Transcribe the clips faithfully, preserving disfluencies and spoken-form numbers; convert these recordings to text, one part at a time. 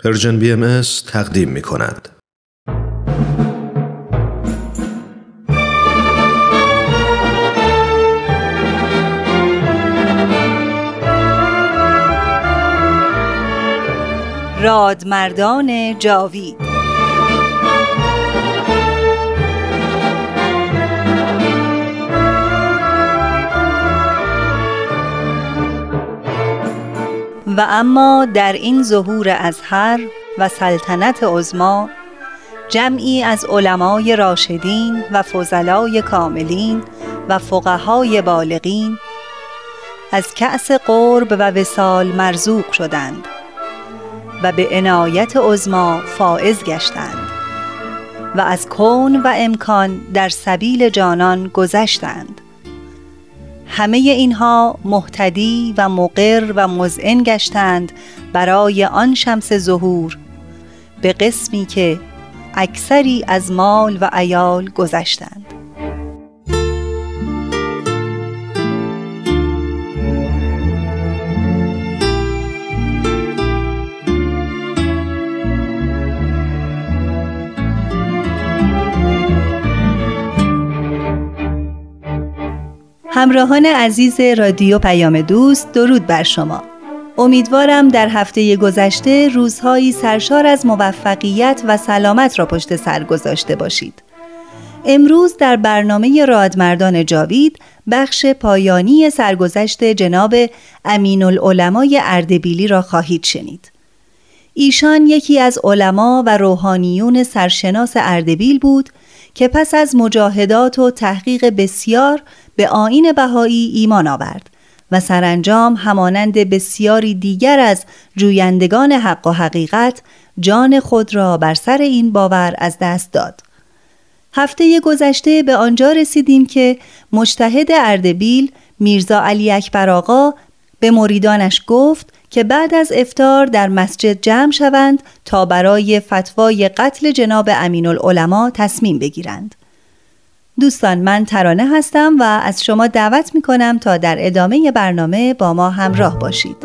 پرژن بی ام اس تقدیم می کند. رادمردان جاوید. و اما در این ظهور ازهر و سلطنت عظما، جمعی از علمای راشدین و فضلای کاملین و فقهای بالغین از کأس قرب و وصال مرزوق شدند و به عنایت عظما فائز گشتند و از کون و امکان در سبیل جانان گذشتند. همه اینها مهتدی و مقر و مذعن گشتند برای آن شمس ظهور به قسمی که اکثری از مال و عیال گذشتند. همراهان عزیز رادیو پیام دوست، درود بر شما. امیدوارم در هفته گذشته روزهایی سرشار از موفقیت و سلامت را پشت سر گذاشته باشید. امروز در برنامه رادمردان جاوید بخش پایانی سرگذشت جناب امین‌العلمای اردبیلی را خواهید شنید. ایشان یکی از علما و روحانیون سرشناس اردبیل بود که پس از مجاهدات و تحقیق بسیار به آیین بهایی ایمان آورد و سرانجام همانند بسیاری دیگر از جویندگان حق و حقیقت جان خود را بر سر این باور از دست داد. هفته گذشته به آنجا رسیدیم که مجتهد اردبیل میرزا علی اکبر آقا به مریدانش گفت که بعد از افطار در مسجد جمع شوند تا برای فتوای قتل جناب امین‌العلما تصمیم بگیرند. دوستان، من ترانه هستم و از شما دعوت می کنم تا در ادامه برنامه با ما همراه باشید.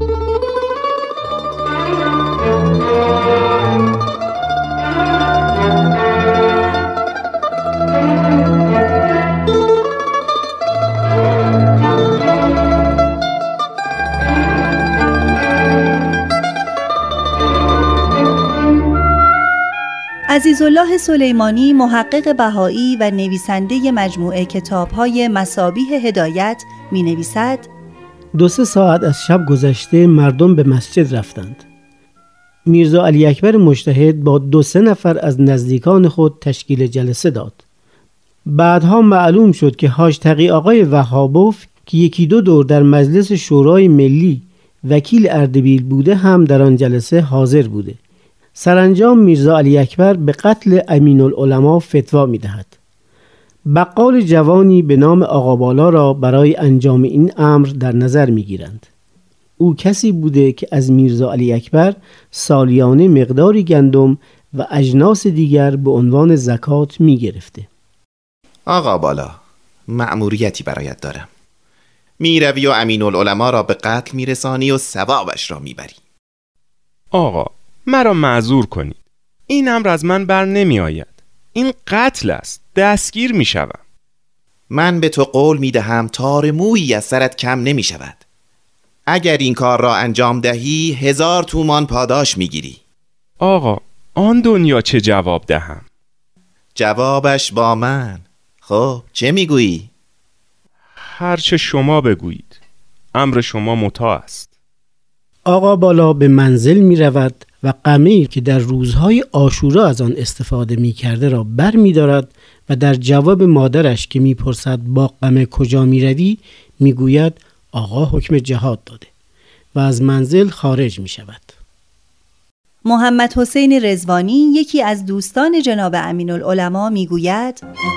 عزیزالله سلیمانی، محقق بهایی و نویسنده مجموعه کتاب‌های مصابیح هدایت می نویسد: دو سه ساعت از شب گذشته مردم به مسجد رفتند. میرزا علی اکبر مجتهد با دو سه نفر از نزدیکان خود تشکیل جلسه داد. بعدها معلوم شد که حاج تقی آقای وهابوف که یکی دو دور در مجلس شورای ملی وکیل اردبیل بوده هم در آن جلسه حاضر بوده. سرانجام میرزا علی اکبر به قتل امین‌العلما فتوا می دهد. بقال جوانی به نام آقا بالا را برای انجام این امر در نظر می گیرند. او کسی بوده که از میرزا علی اکبر سالیانه مقداری گندم و اجناس دیگر به عنوان زکات می گرفته. آقا بالا، مأموریتی برایت دارم. می روی و امین‌العلما را به قتل می رسانی و ثوابش را می بری. آقا، مرا معذور کنید. این امر از من بر نمی آید. این قتل است. دستگیر می شوم. من به تو قول می دهم تار مویی از سرت کم نمی شود. اگر این کار را انجام دهی هزار تومان پاداش می گیری. آقا، آن دنیا چه جواب دهم؟ جوابش با من. خب چه می گویی؟ هر چه شما بگویید. امر شما مطاع است. آقا بالا به منزل می رود و قمه‌ای که در روزهای عاشورا از آن استفاده می کرده را بر می دارد و در جواب مادرش که می پرسد با قمه کجا می روی می گوید آقا حکم جهاد داده و از منزل خارج می شود. محمد حسین رضوانی، یکی از دوستان جناب امین‌العلما، می گوید: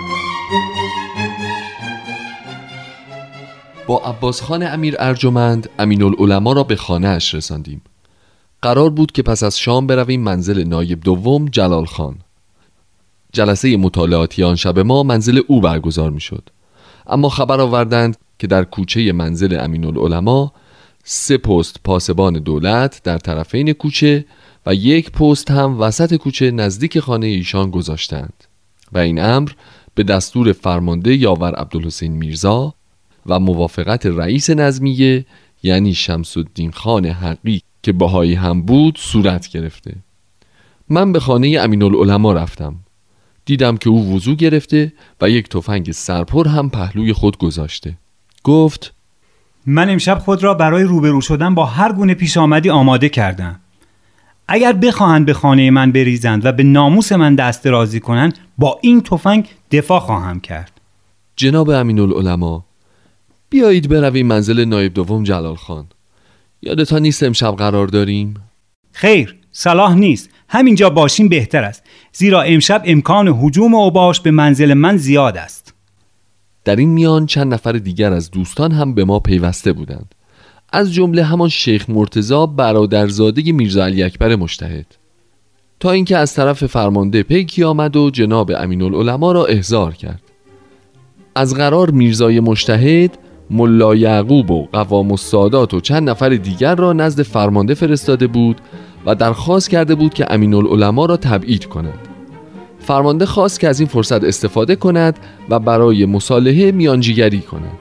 با عباس خان امیر ارجمند امین‌العلما را به خانه اش رساندیم. قرار بود که پس از شام برویم منزل نایب دوم جلال خان. جلسه مطالعاتی آن شب ما منزل او برگزار می شد. اما خبر آوردند که در کوچه منزل امین‌العلما سه پست پاسبان دولت در طرفین کوچه و یک پست هم وسط کوچه نزدیک خانه ایشان گذاشتند و این امر به دستور فرمانده یاور عبدالحسین میرزا و موافقت رئیس نظمیه یعنی شمس الدین خان حقی که بهایی هم بود صورت گرفته. من به خانه امین‌العلما رفتم. دیدم که او وضو گرفته و یک تفنگ سرپر هم پهلوی خود گذاشته. گفت: من امشب خود را برای روبرو شدن با هر گونه پیش آمدی آماده کردم. اگر بخواهند به خانه من بریزند و به ناموس من دست درازی کنند، با این تفنگ دفاع خواهم کرد. جناب امین‌العلما، بیایید برویم منزل نایب دوم جلال خان. یادتان نیست امشب قرار داریم؟ خیر، صلاح نیست. همینجا باشیم بهتر است، زیرا امشب امکان هجوم اوباش به منزل من زیاد است. در این میان چند نفر دیگر از دوستان هم به ما پیوسته بودند، از جمله همان شیخ مرتضی برادرزاده میرزا علی اکبر مجتهد، تا اینکه از طرف فرمانده پیکی آمد و جناب امین‌العلما را احضار کرد. از قرار میرزای مجتهد ملا یعقوب و قوام السادات و چند نفر دیگر را نزد فرمانده فرستاده بود و درخواست کرده بود که امین‌العلما را تبعید کند. فرمانده خواست که از این فرصت استفاده کند و برای مصالحه میانجیگری کند.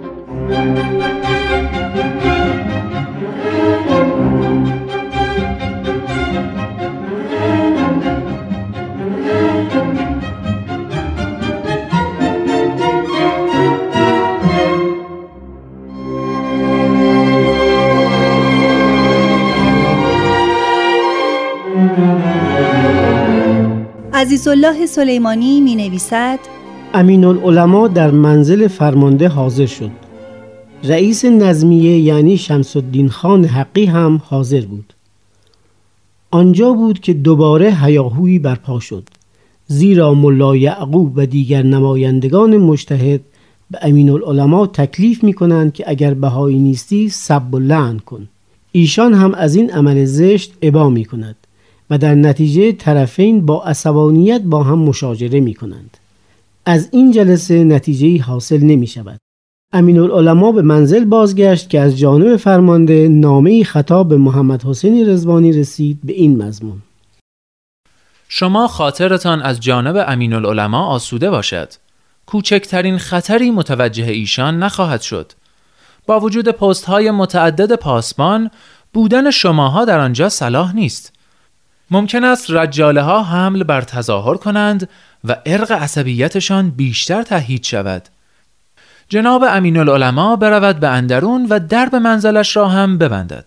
عزیزالله سلیمانی می نویسد: امین‌العلما در منزل فرمانده حاضر شد. رئیس نظمیه یعنی شمس الدین خان حقی هم حاضر بود. آنجا بود که دوباره هیاهویی برپا شد، زیرا ملا یعقوب و دیگر نمایندگان مجتهد به امین‌العلما تکلیف می کنند که اگر بهایی نیستی سب و لعن کن. ایشان هم از این عمل زشت ابا می کند و در نتیجه طرفین با عصبانیت با هم مشاجره می کنند. از این جلسه نتیجه‌ای حاصل نمی شود. امین‌العلما به منزل بازگشت که از جانب فرمانده نامه‌ای خطاب به محمد حسین رضوانی رسید به این مضمون: شما خاطرتان از جانب امین‌العلما آسوده باشد. کوچکترین خطری متوجه ایشان نخواهد شد. با وجود پست‌های متعدد پاسبان، بودن شماها در آنجا صلاح نیست. ممکن است رجاله ها حمل بر تظاهر کنند و ارق عصبیتشان بیشتر تهیج شود. جناب امین‌العلما برود به اندرون و درب منزلش را هم ببندد.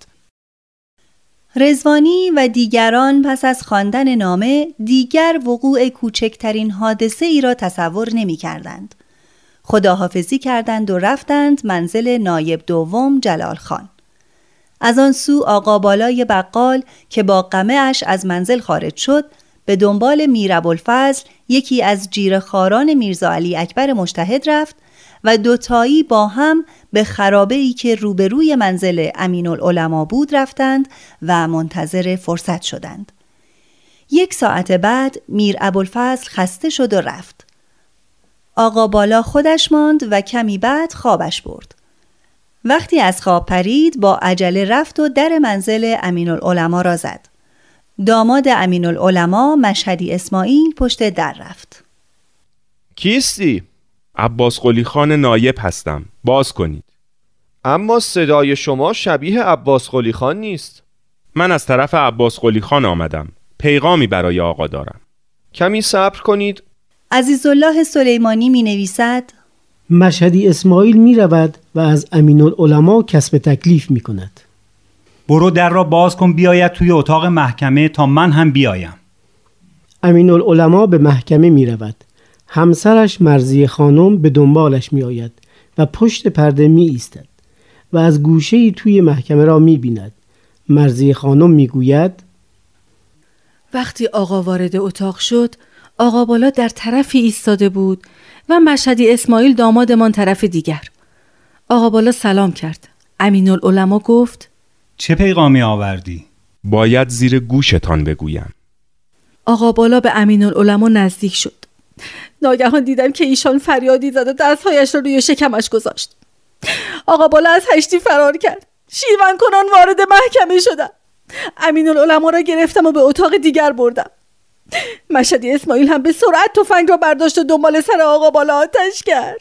رضوانی و دیگران پس از خواندن نامه دیگر وقوع کوچکترین حادثه ای را تصور نمی کردند. خداحافظی کردند و رفتند منزل نایب دوم جلال خان. از آن سو آقا بالای بقال که با قمه اش از منزل خارج شد، به دنبال میر ابوالفضل یکی از جیره‌خواران میرزا علی اکبر مجتهد رفت و دوتایی با هم به خرابه‌ای که روبروی منزل امین‌العلما بود رفتند و منتظر فرصت شدند. یک ساعت بعد میر ابوالفضل خسته شد و رفت. آقا بالا خودش ماند و کمی بعد خوابش برد. وقتی از خواب پرید با عجله رفت و در منزل امین‌العلما را زد. داماد امین‌العلما مشهدی اسماعیل پشت در رفت. کیستی؟ عباس قلی خان نایب هستم، باز کنید. اما صدای شما شبیه عباس قلی خان نیست. من از طرف عباس قلی خان آمدم، پیغامی برای آقا دارم. کمی صبر کنید. عزیزالله سلیمانی می نویسد: مشهدی اسماعیل می رود و از امین‌العلما کسب تکلیف می کند. برو در را باز کن بیاید توی اتاق محکمه تا من هم بیایم. امین‌العلما به محکمه می رود. همسرش مرضیه خانم به دنبالش می آید و پشت پرده می ایستد و از گوشه‌ای توی محکمه را می بیند. مرضیه خانم می گوید: وقتی آقا وارد اتاق شد، آقا بالا در طرفی ایستاده بود و مشهدی اسماعیل دامادمان طرف دیگر. آقا بالا سلام کرد. امین‌العلما گفت: چه پیغامی آوردی؟ باید زیر گوشتان بگویم. آقا بالا به امین‌العلما نزدیک شد. ناگهان دیدم که ایشان فریادی زد و دستهایش را روی شکمش گذاشت. آقا بالا از هشتی فرار کرد. شیون کنان وارد محکمه شدند. امین‌العلما را گرفتم و به اتاق دیگر بردم. مشهدی اسماعیل هم به سرعت تفنگ را برداشت و دنبال سر آقا بالا آتش کرد.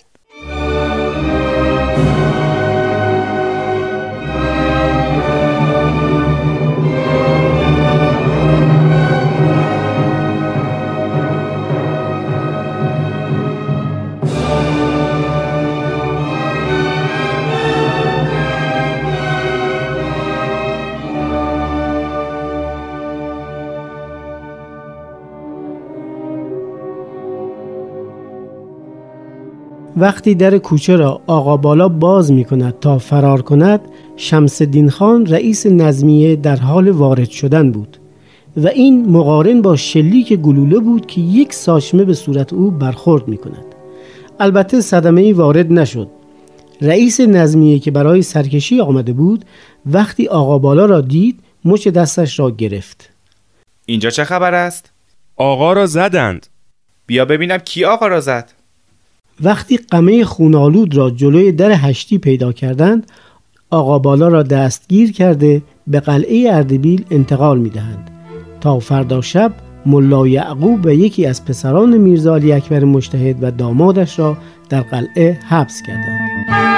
وقتی در کوچه را آقا بالا باز می کند تا فرار کند، شمس الدین خان رئیس نظمیه در حال وارد شدن بود و این مقارن با شلیک گلوله بود که یک ساچمه به صورت او برخورد می کند. البته صدمه‌ای وارد نشد. رئیس نظمیه که برای سرکشی آمده بود وقتی آقا بالا را دید مچ دستش را گرفت. اینجا چه خبر است؟ آقا را زدند. بیا ببینم کی آقا را زد. وقتی قمه خونالود را جلوی در هشتی پیدا کردند، آقا بالا را دستگیر کرده به قلعه اردبیل انتقال می دهند تا فردا شب ملا یعقوب و یکی از پسران میرزا علی اکبر مجتهد و دامادش را در قلعه حبس کردند.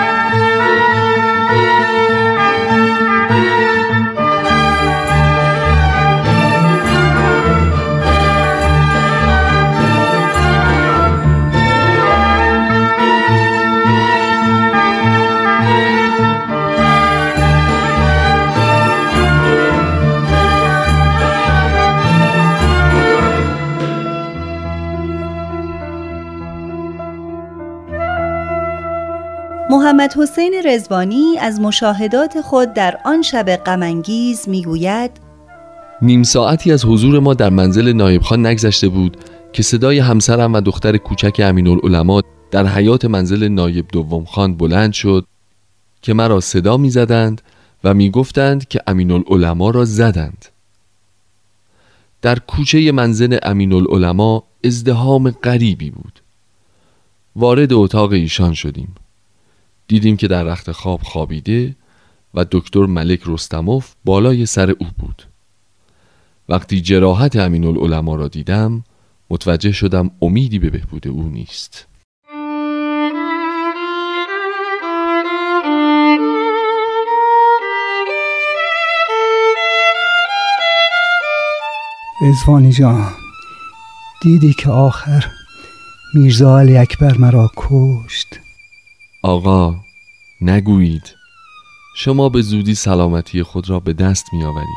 محمد حسین رضوانی از مشاهدات خود در آن شب غم‌انگیز میگوید: نیم ساعتی از حضور ما در منزل نایب خان نگذشته بود که صدای همسرم و دختر کوچک امین‌العلما در حیاط منزل نایب دوم خان بلند شد که مرا صدا می زدند و می گفتند که امین‌العلما را زدند. در کوچه منزل امین‌العلما ازدحام غریبی بود. وارد اتاق ایشان شدیم. دیدیم که در رخت خواب خوابیده و دکتر ملک رستموف بالای سر او بود. وقتی جراحت امین‌العلما را دیدم متوجه شدم امیدی به بهبود او نیست. رضوانی جان، دیدی که آخر میرزا علی اکبر مرا کشت. آقا نگویید، شما به زودی سلامتی خود را به دست می آورید.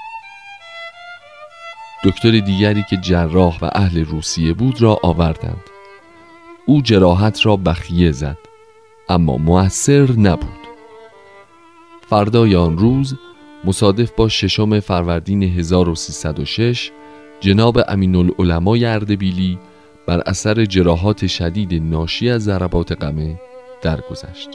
دکتر دیگری که جراح و اهل روسیه بود را آوردند. او جراحت را بخیه زد اما مؤثر نبود. فردای آن روز مصادف با ششم فروردین هزار و سیصد و شش جناب امین‌العلمای اردبیلی بر اثر جراحات شدید ناشی از ضربات قمه درگذشت.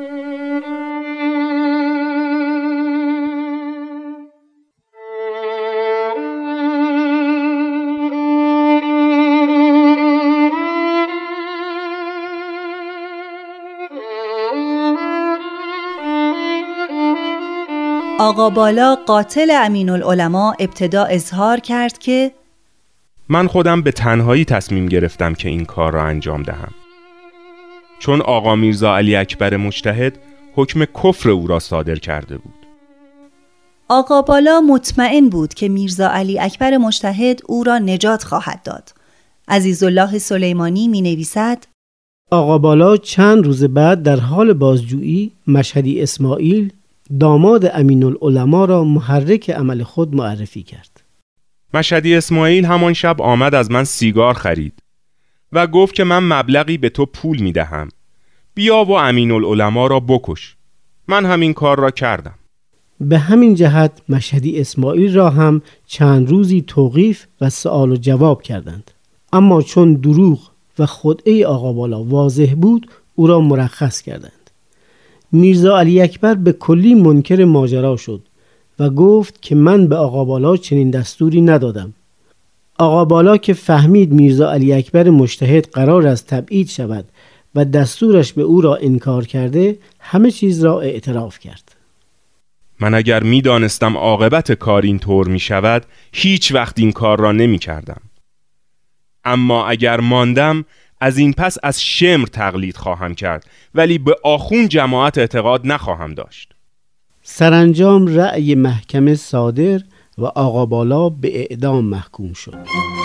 آقا بالا قاتل امین‌العلما ابتدا اظهار کرد که من خودم به تنهایی تصمیم گرفتم که این کار را انجام دهم، چون آقا میرزا علی اکبر مجتهد حکم کفر او را صادر کرده بود. آقا بالا مطمئن بود که میرزا علی اکبر مجتهد او را نجات خواهد داد. عزیزالله سلیمانی می نویسد: آقا بالا چند روز بعد در حال بازجویی مشهدی اسماعیل داماد امین‌العلما را محرک عمل خود معرفی کرد. مشهدی اسماعیل همان شب آمد از من سیگار خرید و گفت که من مبلغی به تو پول می دهم، بیا و امین‌العلما را بکش. من همین کار را کردم. به همین جهت مشهدی اسماعیل را هم چند روزی توقیف و سؤال و جواب کردند، اما چون دروغ و خدعه آقا بالا واضح بود او را مرخص کردند. میرزا علی اکبر به کلی منکر ماجرا شد و گفت که من به آقا بالا چنین دستوری ندادم. آقا بالا که فهمید میرزا علی اکبر مجتهد قرار است تبعید شود و دستورش به او را انکار کرده، همه چیز را اعتراف کرد. من اگر می دانستم عاقبت کار این طور می شود هیچ وقت این کار را نمی کردم. اما اگر ماندم از این پس از شمر تقلید خواهم کرد، ولی به آخون جماعت اعتقاد نخواهم داشت. سرانجام رأی محکمه صادر و آقا بالا به اعدام محکوم شد.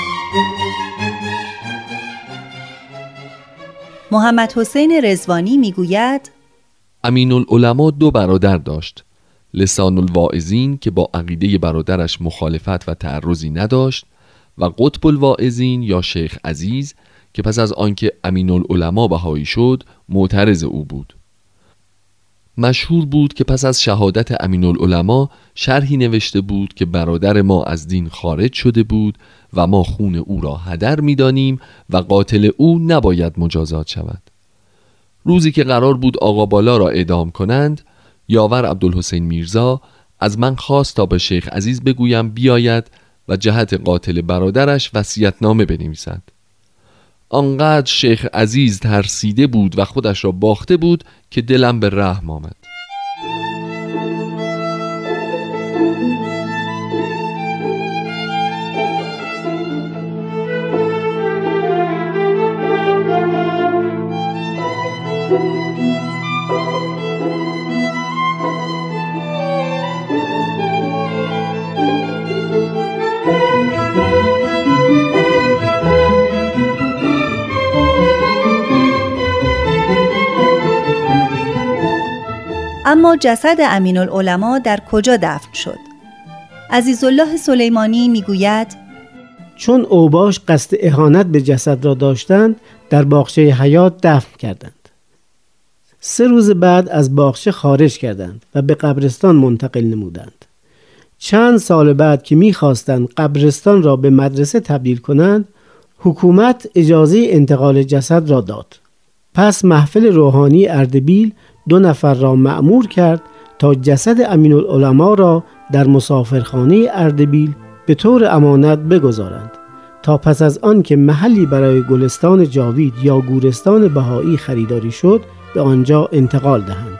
محمد حسین رضوانی میگوید امین العلماء دو برادر داشت، لسان الواعظین که با عقیده برادرش مخالفت و تعرضی نداشت و قطب الواعظین یا شیخ عزیز که پس از آنکه امین العلماء بهایی شد معترض او بود. مشهور بود که پس از شهادت امین العلماء شرحی نوشته بود که برادر ما از دین خارج شده بود و ما خون او را هدر می دانیم و قاتل او نباید مجازات شود. روزی که قرار بود آقا بالا را اعدام کنند، یاور عبدالحسین میرزا از من خواست تا به شیخ عزیز بگویم بیاید و جهت قاتل برادرش وصیت‌نامه بنویسد. آنقدر شیخ عزیز ترسیده بود و خودش را باخته بود که دلم به رحم آمد. اما جسد امین العلماء در کجا دفن شد؟ عزیزالله سلیمانی میگوید چون اوباش قصد اهانت به جسد را داشتند در باغچه حیات دفن کردند. سه روز بعد از باغچه خارج کردند و به قبرستان منتقل نمودند. چند سال بعد که می‌خواستند قبرستان را به مدرسه تبدیل کنند، حکومت اجازه انتقال جسد را داد. پس محفل روحانی اردبیل دو نفر را مأمور کرد تا جسد امین العلماء را در مسافرخانه اردبیل به طور امانت بگذارند تا پس از آن که محلی برای گلستان جاوید یا گورستان بهایی خریداری شد به آنجا انتقال دهند.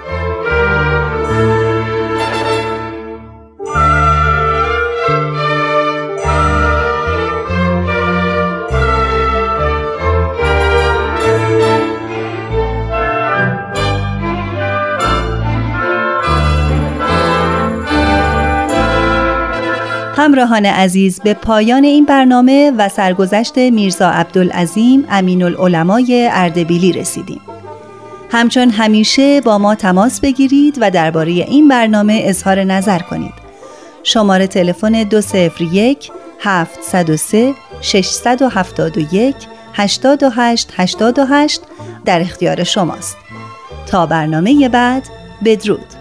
همراهان عزیز، به پایان این برنامه و سرگذشت میرزا عبدالعظیم امین العلماء اردبیلی رسیدیم. همچون همیشه با ما تماس بگیرید و درباره این برنامه اظهار نظر کنید. شماره تلفن دو صفر یک هفت صفر سه شش هفت یک هشت هشت هشت هشت در اختیار شماست. تا برنامه بعد، بدرود.